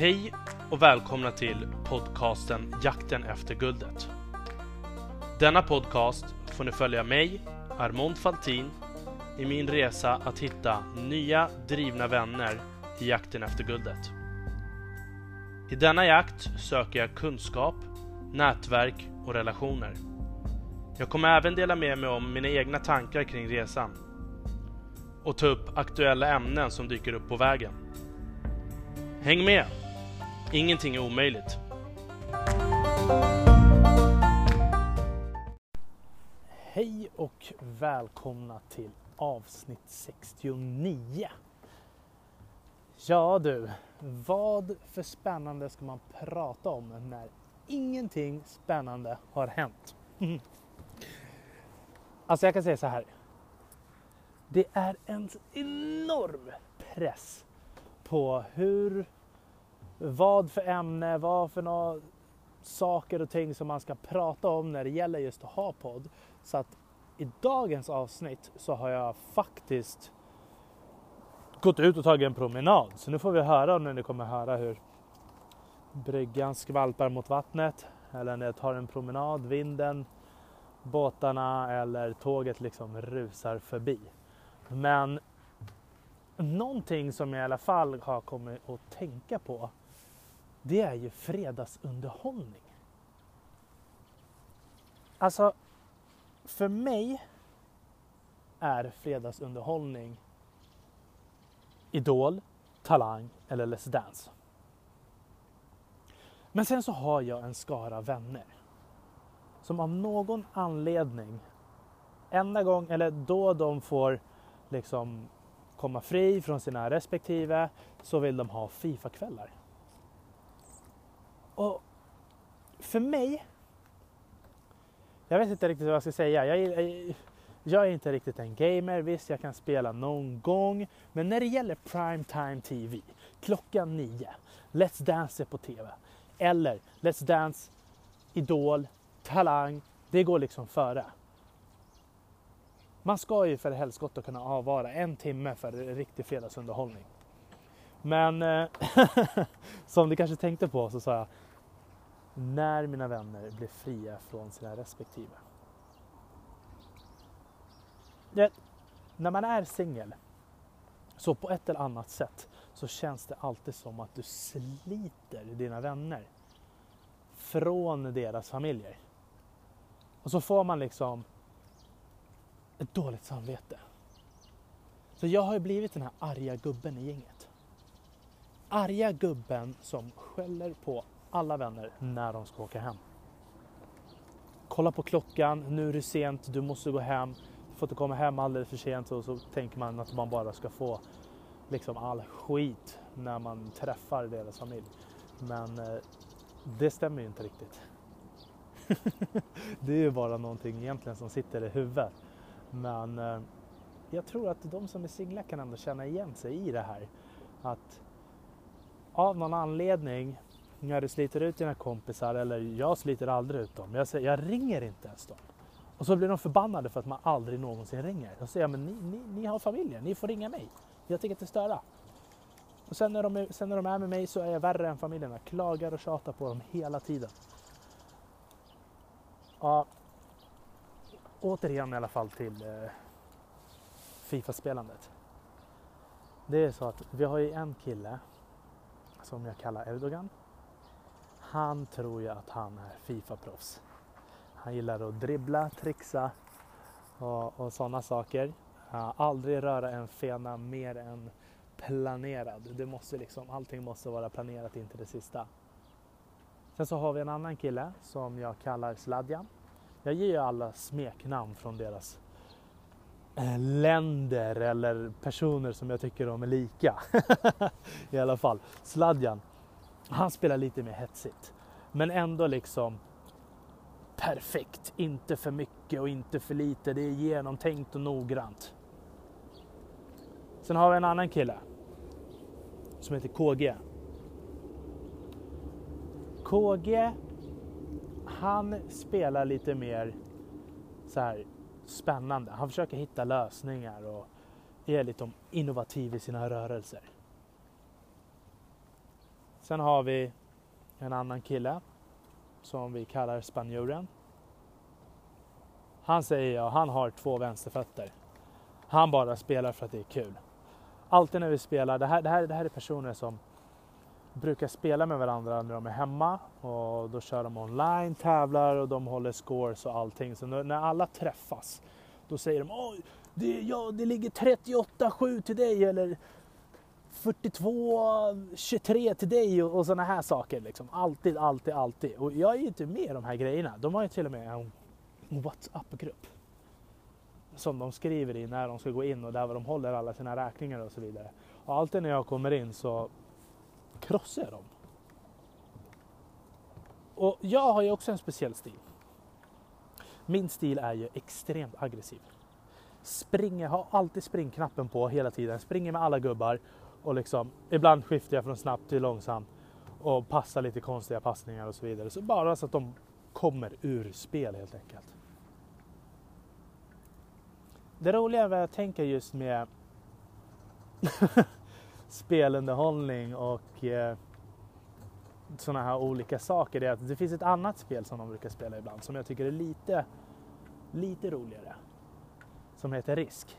Hej och välkomna till podcasten Jakten efter guldet. Denna podcast får ni följa mig, Armond Faltin, i min resa att hitta nya drivna vänner i jakten efter guldet. I denna jakt söker jag kunskap, nätverk och relationer. Jag kommer även dela med mig om mina egna tankar kring resan och ta upp aktuella ämnen som dyker upp på vägen. Häng med! Ingenting är omöjligt. Hej och välkomna till avsnitt 69. Ja du, vad för spännande ska man prata om när ingenting spännande har hänt? Alltså jag kan säga så här. Det är en enorm press på vad för ämne, vad för några saker och ting som man ska prata om när det gäller just att ha podd. Så att i dagens avsnitt så har jag faktiskt gått ut och tagit en promenad. Så nu får vi höra när ni kommer höra hur bryggan skvalpar mot vattnet. Eller när jag tar en promenad, vinden, båtarna eller tåget liksom rusar förbi. Men någonting som jag i alla fall har kommit att tänka på, det är ju fredagsunderhållning. Alltså, för mig är fredagsunderhållning Idol, Talang eller Let's Dance. Men sen så har jag en skara vänner som av någon anledning, enda gång eller då de får liksom komma fri från sina respektive, så vill de ha FIFA-kvällar. Och för mig, jag vet inte riktigt vad jag ska säga. Jag är inte riktigt en gamer. Visst, jag kan spela någon gång. Men när det gäller primetime TV, klockan 9, Let's Dance på TV. Eller Let's Dance, Idol, Talang. Det går liksom före. Man ska ju för helskott att kunna avvara en timme för riktig fredagsunderhållning. Men som du kanske tänkte på så sa jag, när mina vänner blir fria från sina respektive. När man är singel, så på ett eller annat sätt så känns det alltid som att du sliter dina vänner från deras familjer. Och så får man liksom ett dåligt samvete. Så jag har ju blivit den här arga gubben i gänget. Arga gubben som skäller på alla vänner när de ska åka hem. Kolla på klockan, nu är det sent, du måste gå hem. Du får inte komma hem alldeles för sent, och så tänker man att man bara ska få liksom all skit när man träffar deras familj. Men det stämmer ju inte riktigt. Det är ju bara någonting egentligen som sitter i huvudet. Men jag tror att de som är singlar kan ändå känna igen sig i det här. Att av någon anledning, när du sliter ut dina kompisar, eller jag sliter aldrig ut dem. Jag ringer inte ens dem. Och så blir de förbannade för att man aldrig någonsin ringer. Och så säger jag, men ni har familjer, ni får ringa mig. Jag tänker inte störa. Och sen när de är med mig så är jag värre än familjen. Jag klagar och tjatar på dem hela tiden. Ja, återigen i alla fall till FIFA-spelandet. Det är så att vi har ju en kille som jag kallar Erdogan. Han tror ju att han är FIFA-proffs. Han gillar att dribbla, trixa och sådana saker. Aldrig röra en fena mer än planerad. Det måste liksom, allting måste vara planerat in till det sista. Sen så har vi en annan kille som jag kallar Sladjan. Jag ger ju alla smeknamn från deras länder eller personer som jag tycker de är lika. I alla fall. Sladjan, han spelar lite mer hetsigt. Men ändå liksom perfekt. Inte för mycket och inte för lite. Det är genomtänkt och noggrant. Sen har vi en annan kille som heter KG. KG, han spelar lite mer så här spännande. Han försöker hitta lösningar och är lite innovativ i sina rörelser. Sen har vi en annan kille som vi kallar spanjoren. Han säger han har 2 vänsterfötter. Han bara spelar för att det är kul. Alltid när vi spelar, det här är personer som brukar spela med varandra när de är hemma. Och då kör de online, tävlar och de håller scores och allting. Så när alla träffas, då säger de det ligger 38-7 till dig eller 42-23 till dig och sådana här saker. Liksom. Alltid. Och jag är ju inte med i de här grejerna. De har ju till och med en WhatsApp-grupp som de skriver i när de ska gå in och där de håller alla sina räkningar och så vidare. Och alltid när jag kommer in så krossar jag dem. Och jag har ju också en speciell stil. Min stil är ju extremt aggressiv. Har alltid springknappen på hela tiden. Springer med alla gubbar och liksom, ibland skiftar jag från snabbt till långsam och passar lite konstiga passningar och så vidare. Så bara så att de kommer ur spel helt enkelt. Det roliga vad jag tänker just med spelunderhållning och sådana här olika saker är att det finns ett annat spel som de brukar spela ibland som jag tycker är lite roligare. Som heter Risk.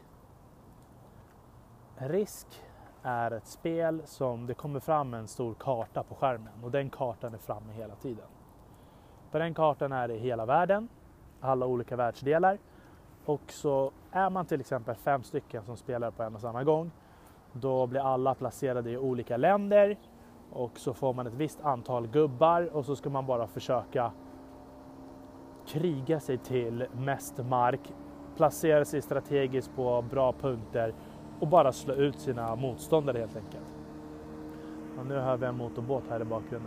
Risk är ett spel som det kommer fram en stor karta på skärmen och den kartan är framme hela tiden. På den kartan är det hela världen, alla olika världsdelar. Och så är man till exempel 5 stycken som spelar på en och samma gång. Då blir alla placerade i olika länder och så får man ett visst antal gubbar och så ska man bara försöka kriga sig till mest mark, placera sig strategiskt på bra punkter och bara slå ut sina motståndare helt enkelt. Och nu har vi en motorbåt här i bakgrunden.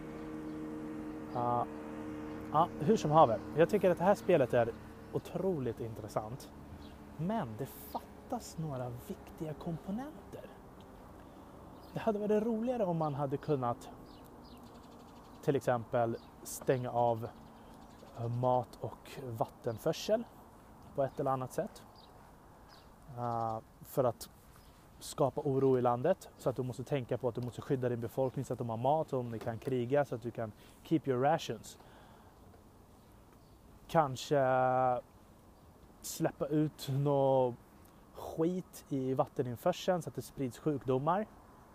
Hur som haver, jag tycker att det här spelet är otroligt intressant. Men det fattas några viktiga komponenter. Det hade varit roligare om man hade kunnat till exempel stänga av mat- och vattenförsel på ett eller annat sätt. För att skapa oro i landet. Så att du måste tänka på att du måste skydda din befolkning så att de har mat och om ni kan kriga så att du kan keep your rations. Kanske släppa ut något skit i vatteninförseln så att det sprids sjukdomar.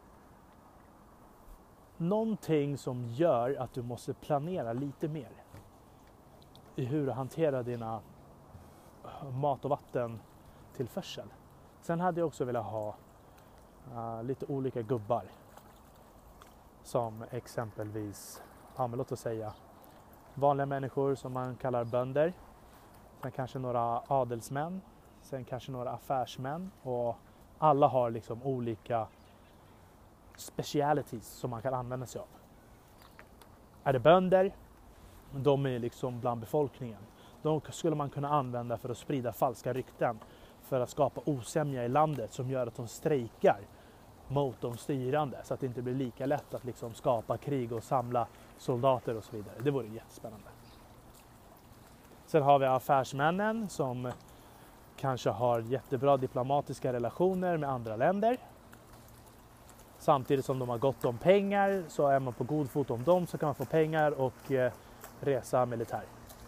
Någonting som gör att du måste planera lite mer i hur du hanterar dina mat- och vattentillförsel. Sen hade jag också velat ha lite olika gubbar. Som exempelvis, låt oss säga, vanliga människor som man kallar bönder. Sen kanske några adelsmän. Sen kanske några affärsmän. Och alla har liksom olika specialities som man kan använda sig av. Är det bönder? De är liksom bland befolkningen. De skulle man kunna använda för att sprida falska rykten. För att skapa osämja i landet som gör att de strejkar mot de styrande. Så att det inte blir lika lätt att liksom skapa krig och samla soldater och så vidare. Det vore jättespännande. Sen har vi affärsmännen som kanske har jättebra diplomatiska relationer med andra länder. Samtidigt som de har gott om pengar så är man på god fot om dem så kan man få pengar och resa militär.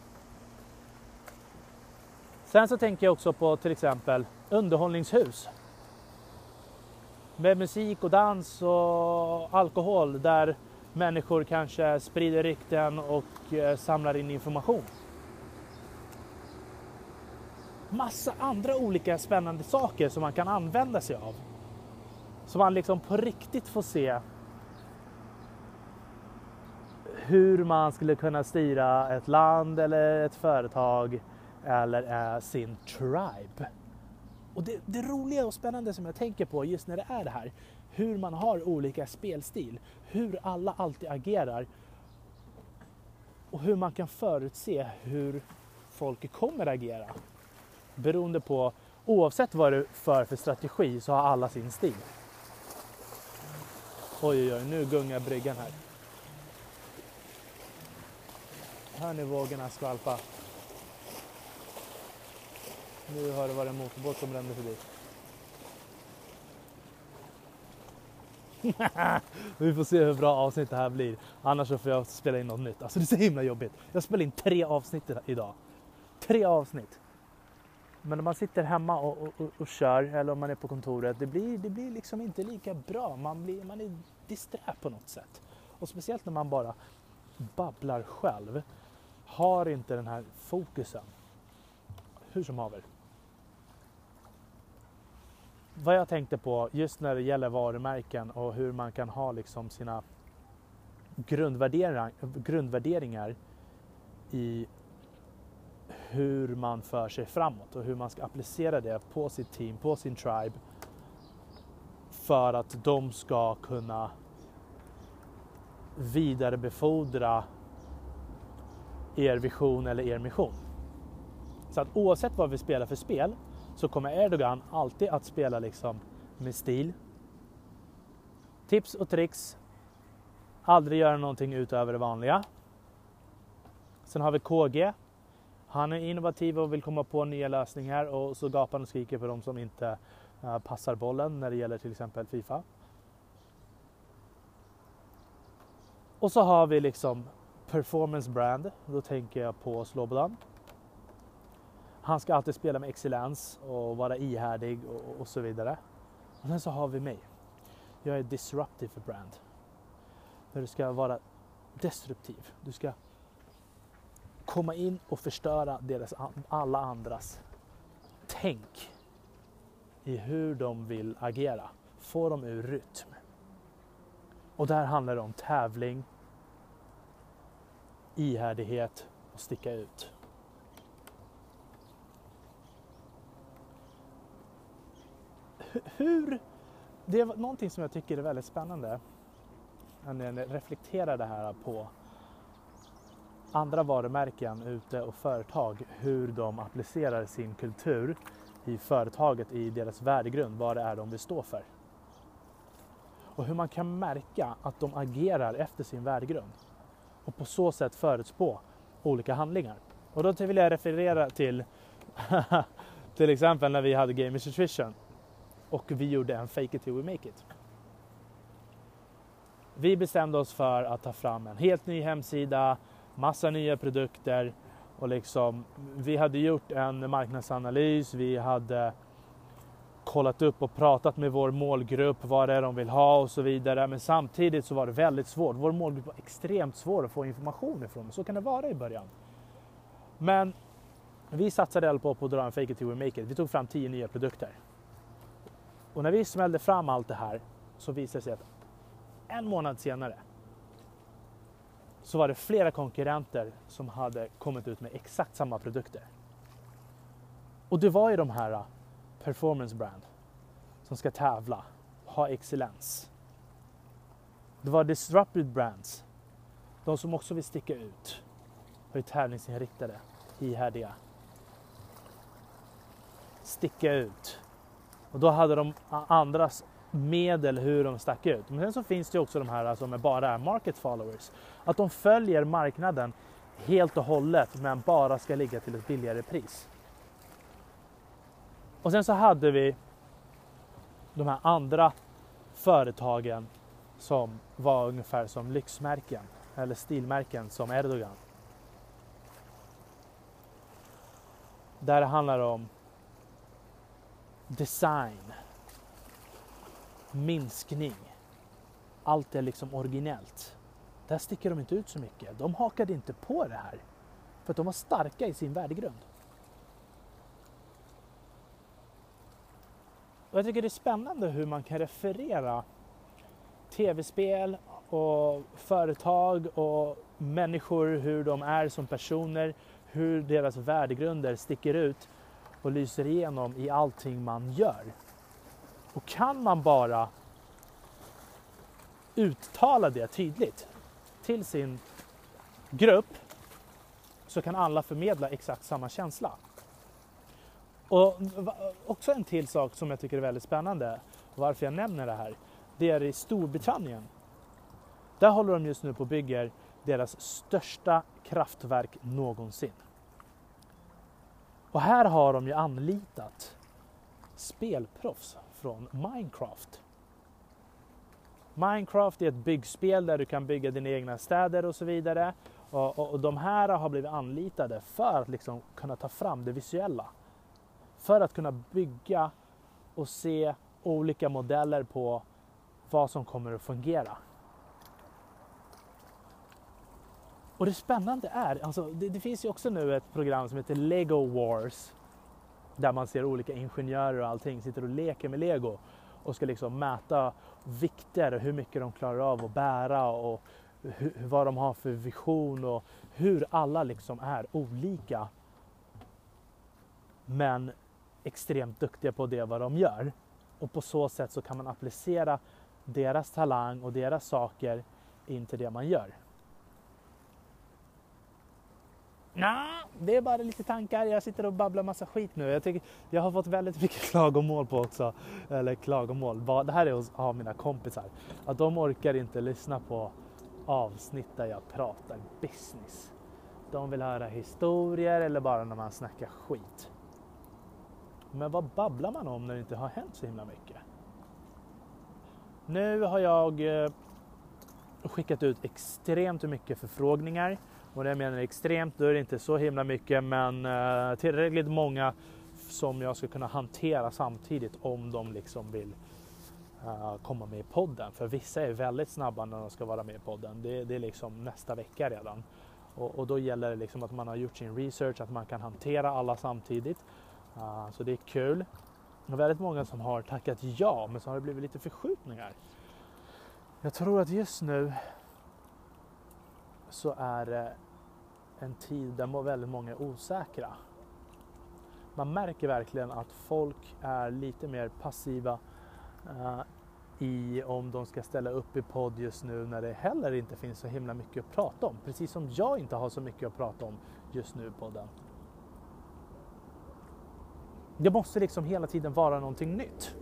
Sen så tänker jag också på till exempel underhållningshus. Med musik och dans och alkohol där människor kanske sprider rykten och samlar in information. Massa andra olika spännande saker som man kan använda sig av. Så man liksom på riktigt får se hur man skulle kunna styra ett land eller ett företag eller sin tribe. Och det roliga och spännande som jag tänker på just när det är det här, hur man har olika spelstil, hur alla alltid agerar och hur man kan förutse hur folk kommer agera. Beroende på, oavsett vad du för strategi så har alla sin stil. Oj, nu gungar bryggan här. Hör ni vågorna skvalpa? Nu har det varit en motorbåt som rände förbi. Vi får se hur bra avsnitt det här blir. Annars så får jag spela in något nytt. Alltså det är så himla jobbigt. Jag spelar in 3 avsnitt idag. 3 avsnitt. Men när man sitter hemma och kör, eller om man är på kontoret, det blir liksom inte lika bra. Man är disträ på något sätt. Och speciellt när man bara babblar själv. Har inte den här fokusen. Hur som haver. Vad jag tänkte på just när det gäller varumärken och hur man kan ha liksom sina grundvärderingar i hur man för sig framåt och hur man ska applicera det på sitt team, på sin tribe, för att de ska kunna vidarebefordra er vision eller er mission. Så att oavsett vad vi spelar för spel så kommer Erdogan alltid att spela liksom med stil. Tips och tricks. Aldrig göra någonting utöver det vanliga. Sen har vi KG. Han är innovativ och vill komma på nya lösningar, och så gapar och skriker på de som inte passar bollen när det gäller till exempel FIFA. Och så har vi liksom performance brand. Då tänker jag på Slobodan. Han ska alltid spela med excellens och vara ihärdig och så vidare. Och sen så har vi mig. Jag är disruptive brand. Där du ska vara destruktiv. Du ska komma in och förstöra alla andras tänk i hur de vill agera. Få dem ur rytm. Och där handlar det om tävling, ihärdighet och sticka ut. Det är någonting som jag tycker är väldigt spännande när jag reflekterar det här på andra varumärken ute och företag, hur de applicerar sin kultur i företaget, i deras värdegrund, vad det är de vill stå för. Och hur man kan märka att de agerar efter sin värdegrund och på så sätt förutspå olika handlingar. Och då vill jag referera till till exempel när vi hade Gamers Nutrition och vi gjorde en Fake it till we make it. Vi bestämde oss för att ta fram en helt ny hemsida, massa nya produkter, och liksom, vi hade gjort en marknadsanalys, vi hade kollat upp och pratat med vår målgrupp, vad det är de vill ha och så vidare. Men samtidigt så var det väldigt svårt. Vår målgrupp var extremt svår att få information ifrån. Så kan det vara i början. Men vi satsade på att dra en Fake it till we make it. Vi tog fram 10 nya produkter. Och när vi smällde fram allt det här så visade det sig att en månad senare så var det flera konkurrenter som hade kommit ut med exakt samma produkter. Och det var ju de här performance brand som ska tävla, ha excellens. Det var disruptive brands, de som också vill sticka ut, var ju tävlingsinriktade, ihärdiga. Sticka ut. Och då hade de andras medel hur de stack ut. Men sen så finns det också de här som bara är market followers. Att de följer marknaden helt och hållet men bara ska ligga till ett billigare pris. Och sen så hade vi de här andra företagen som var ungefär som lyxmärken eller stilmärken som Erdogan. Där det handlar om design, minskning. Allt är liksom originellt. Där sticker de inte ut så mycket. De hakade inte på det här. För att de var starka i sin värdegrund. Och jag tycker det är spännande hur man kan referera tv-spel och företag och människor, hur de är som personer, hur deras värdegrunder sticker ut och lyser igenom i allting man gör. Och kan man bara uttala det tydligt till sin grupp så kan alla förmedla exakt samma känsla. Och också en till sak som jag tycker är väldigt spännande och varför jag nämner det här, det är i Storbritannien. Där håller de just nu på att bygga deras största kraftverk någonsin. Och här har de ju anlitat spelproffs från Minecraft. Minecraft är ett byggspel där du kan bygga dina egna städer och så vidare. Och de här har blivit anlitade för att liksom kunna ta fram det visuella. För att kunna bygga och se olika modeller på vad som kommer att fungera. Och det spännande är, alltså det finns ju också nu ett program som heter Lego Wars. Där man ser olika ingenjörer och allting sitter och leker med Lego. Och ska liksom mäta vikter, hur mycket de klarar av att bära och vad de har för vision och hur alla liksom är olika. Men extremt duktiga på det vad de gör. Och på så sätt så kan man applicera deras talang och deras saker in till det man gör. Det är bara lite tankar. Jag sitter och babblar massa skit nu. Jag har fått väldigt mycket klagomål på också. Eller klagomål. Det här är av mina kompisar. Att de orkar inte lyssna på avsnitt där jag pratar business. De vill höra historier eller bara när man snackar skit. Men vad babblar man om när det inte har hänt så himla mycket? Nu har jag skickat ut extremt mycket förfrågningar. Och det jag menar extremt, då är det inte så himla mycket, men tillräckligt många som jag ska kunna hantera samtidigt om de liksom vill komma med i podden. För vissa är väldigt snabba när de ska vara med i podden. Det är liksom nästa vecka redan. Och då gäller det liksom att man har gjort sin research, att man kan hantera alla samtidigt. Så det är kul. Det är väldigt många som har tackat ja, men så har det blivit lite förskjutningar. Jag tror att just nu så är det en tid där väldigt många är osäkra. Man märker verkligen att folk är lite mer passiva i om de ska ställa upp i podd just nu när det heller inte finns så himla mycket att prata om. Precis som jag inte har så mycket att prata om just nu i podden. Det måste liksom hela tiden vara någonting nytt.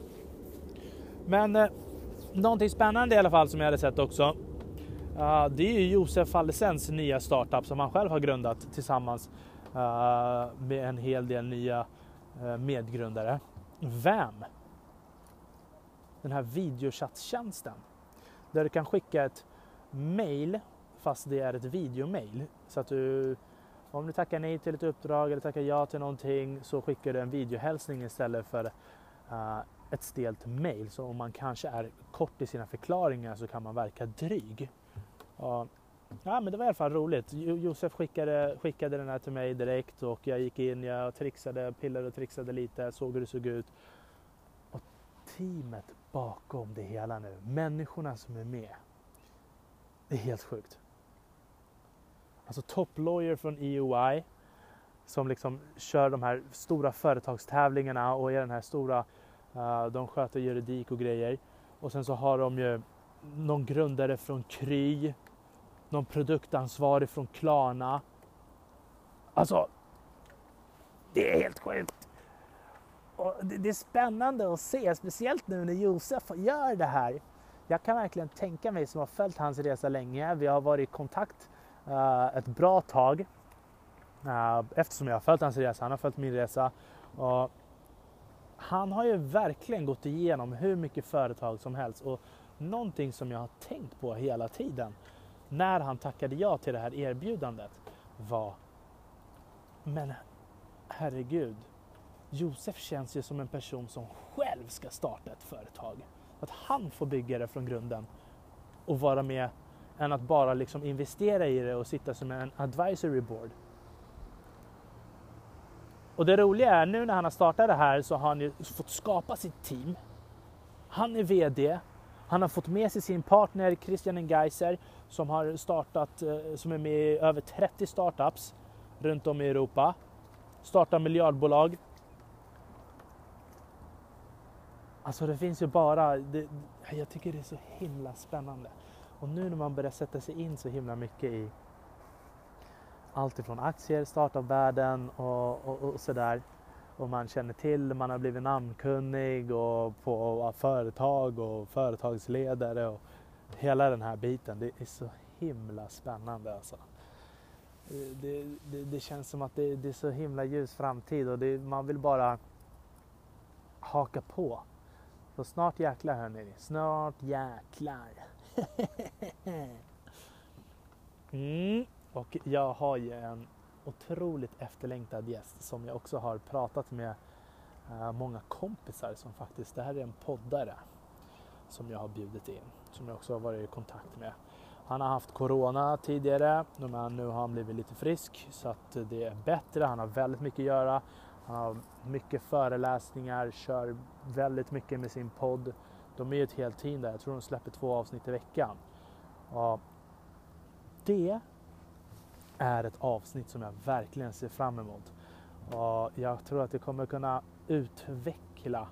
Men någonting spännande i alla fall som jag hade sett också. Det är ju Josef Fallesens nya startup som han själv har grundat tillsammans med en hel del nya medgrundare. Vem? Den här videochatttjänsten. Där du kan skicka ett mail fast det är ett videomail. Så att om du tackar nej till ett uppdrag eller tackar ja till någonting så skickar du en videohälsning istället för ett stelt mail. Så om man kanske är kort i sina förklaringar så kan man verka dryg. Ja, men det var i alla fall roligt. Josef skickade den här till mig direkt och jag gick in, jag pillade och trixade lite, såg hur det såg ut. Och teamet bakom det hela nu, människorna som är med, det är helt sjukt. Alltså top lawyer från EY som liksom kör de här stora företagstävlingarna och är den här stora, de sköter juridik och grejer. Och sen så har de ju någon grundare från Kry, någon produktansvarig från Klarna. Alltså, det är helt sjukt. Och det är spännande att se, speciellt nu när Josef gör det här. Jag kan verkligen tänka mig, som har följt hans resa länge. Vi har varit i kontakt ett bra tag. Eftersom jag har följt hans resa, han har följt min resa. Och han har ju verkligen gått igenom hur mycket företag som helst. Och någonting som jag har tänkt på hela tiden när han tackade ja till det här erbjudandet var, men herregud, Josef känns ju som en person som själv ska starta ett företag. Att han får bygga det från grunden och vara med än att bara liksom investera i det och sitta som en advisory board. Och det roliga är, nu när han har startat det här så har han ju fått skapa sitt team. Han är vd. Han har fått med sig sin partner Christian Geiser som har startat, som är med i över 30 startups runt om i Europa. Startar miljardbolag. Alltså det finns ju bara, jag tycker det är så himla spännande. Och nu när man börjar sätta sig in så himla mycket i allt ifrån aktier, startupvärlden och sådär. Och man känner till, man har blivit namnkunnig och på företag och företagsledare och hela den här biten. Det är så himla spännande alltså. Det känns som att det är så himla ljus framtid och man vill bara haka på. Så snart jäklar hörni. Snart jäklar. Och jag har ju en otroligt efterlängtad gäst som jag också har pratat med många kompisar som faktiskt, det här är en poddare som jag har bjudit in, som jag också har varit i kontakt med. Han har haft corona tidigare, men nu har han blivit lite frisk så att det är bättre. Han har väldigt mycket att göra. Han har mycket föreläsningar, kör väldigt mycket med sin podd. De är ju ett helt team där, jag tror de släpper 2 avsnitt i veckan. Och det är ett avsnitt som jag verkligen ser fram emot. Och jag tror att det kommer kunna utveckla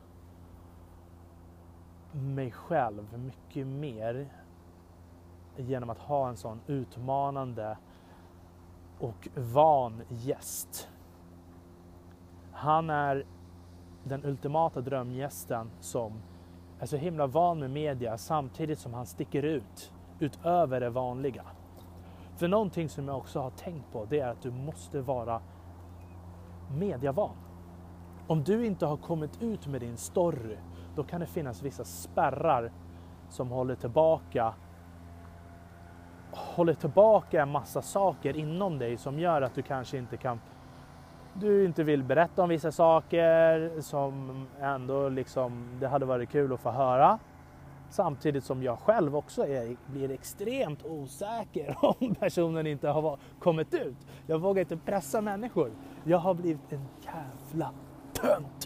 mig själv mycket mer genom att ha en sån utmanande och van gäst. Han är den ultimata drömgästen som är så himla van med media samtidigt som han sticker ut utöver det vanliga. För någonting som jag också har tänkt på, det är att du måste vara mediavan. Om du inte har kommit ut med din story, då kan det finnas vissa spärrar som håller tillbaka en massa saker inom dig som gör att du kanske inte vill berätta om vissa saker som ändå liksom det hade varit kul att få höra. Samtidigt som jag själv också blir extremt osäker om personen inte har kommit ut. Jag vågar inte pressa människor. Jag har blivit en jävla tönt.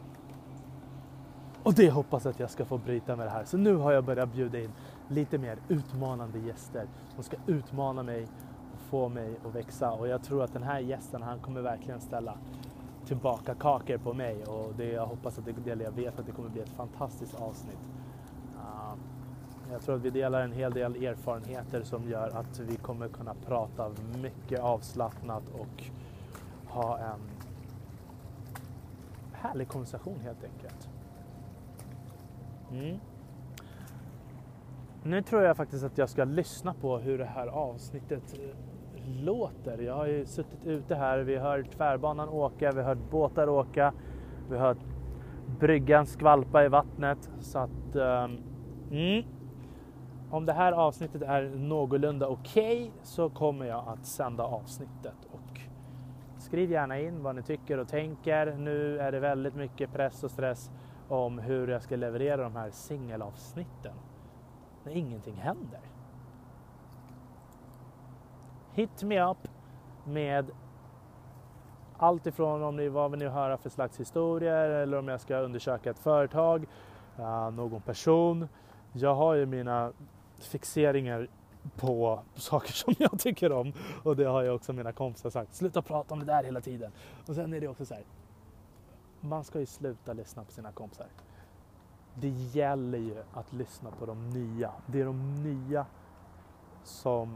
Och det hoppas att jag ska få bryta med det här. Så nu har jag börjat bjuda in lite mer utmanande gäster som ska utmana mig och få mig att växa. Och jag tror att den här gästen, han kommer verkligen ställa tillbaka kakor på mig. Och jag hoppas att jag vet att det kommer bli ett fantastiskt avsnitt. Jag tror att vi delar en hel del erfarenheter som gör att vi kommer kunna prata mycket avslappnat och ha en härlig konversation helt enkelt. Nu tror jag faktiskt att jag ska lyssna på hur det här avsnittet låter. Jag har ju suttit ute här, vi har tvärbanan åka, vi har hört båtar åka, vi har hört bryggan skvalpa i vattnet. Så att om det här avsnittet är någorlunda okej, så kommer jag att sända avsnittet. Och skriv gärna in vad ni tycker och tänker. Nu är det väldigt mycket press och stress om hur jag ska leverera de här singelavsnitten när ingenting händer. Hit me up med allt ifrån vad vi nu hör för slags historier, eller om jag ska undersöka ett företag, någon person. Jag har ju mina fixeringar på saker som jag tycker om, och det har jag också mina kompisar sagt. Sluta prata om det där hela tiden. Och sen är det också så här, man ska ju sluta lyssna på sina kompisar. Det gäller ju att lyssna på de nya. Det är de nya som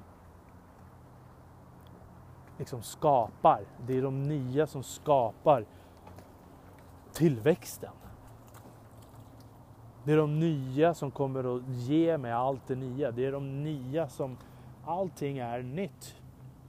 liksom skapar. Det är de nya som skapar tillväxten. Det är de nya som kommer att ge mig allt det nya. Det är de nya som allting är nytt.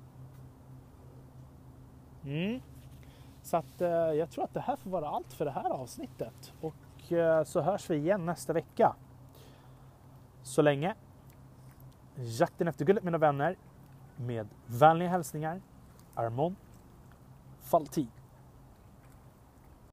Så att jag tror att det här får vara allt för det här avsnittet. Och så hörs vi igen nästa vecka. Så länge. Jakten efter guldet, mina vänner. Med vänliga hälsningar. Armon Falti.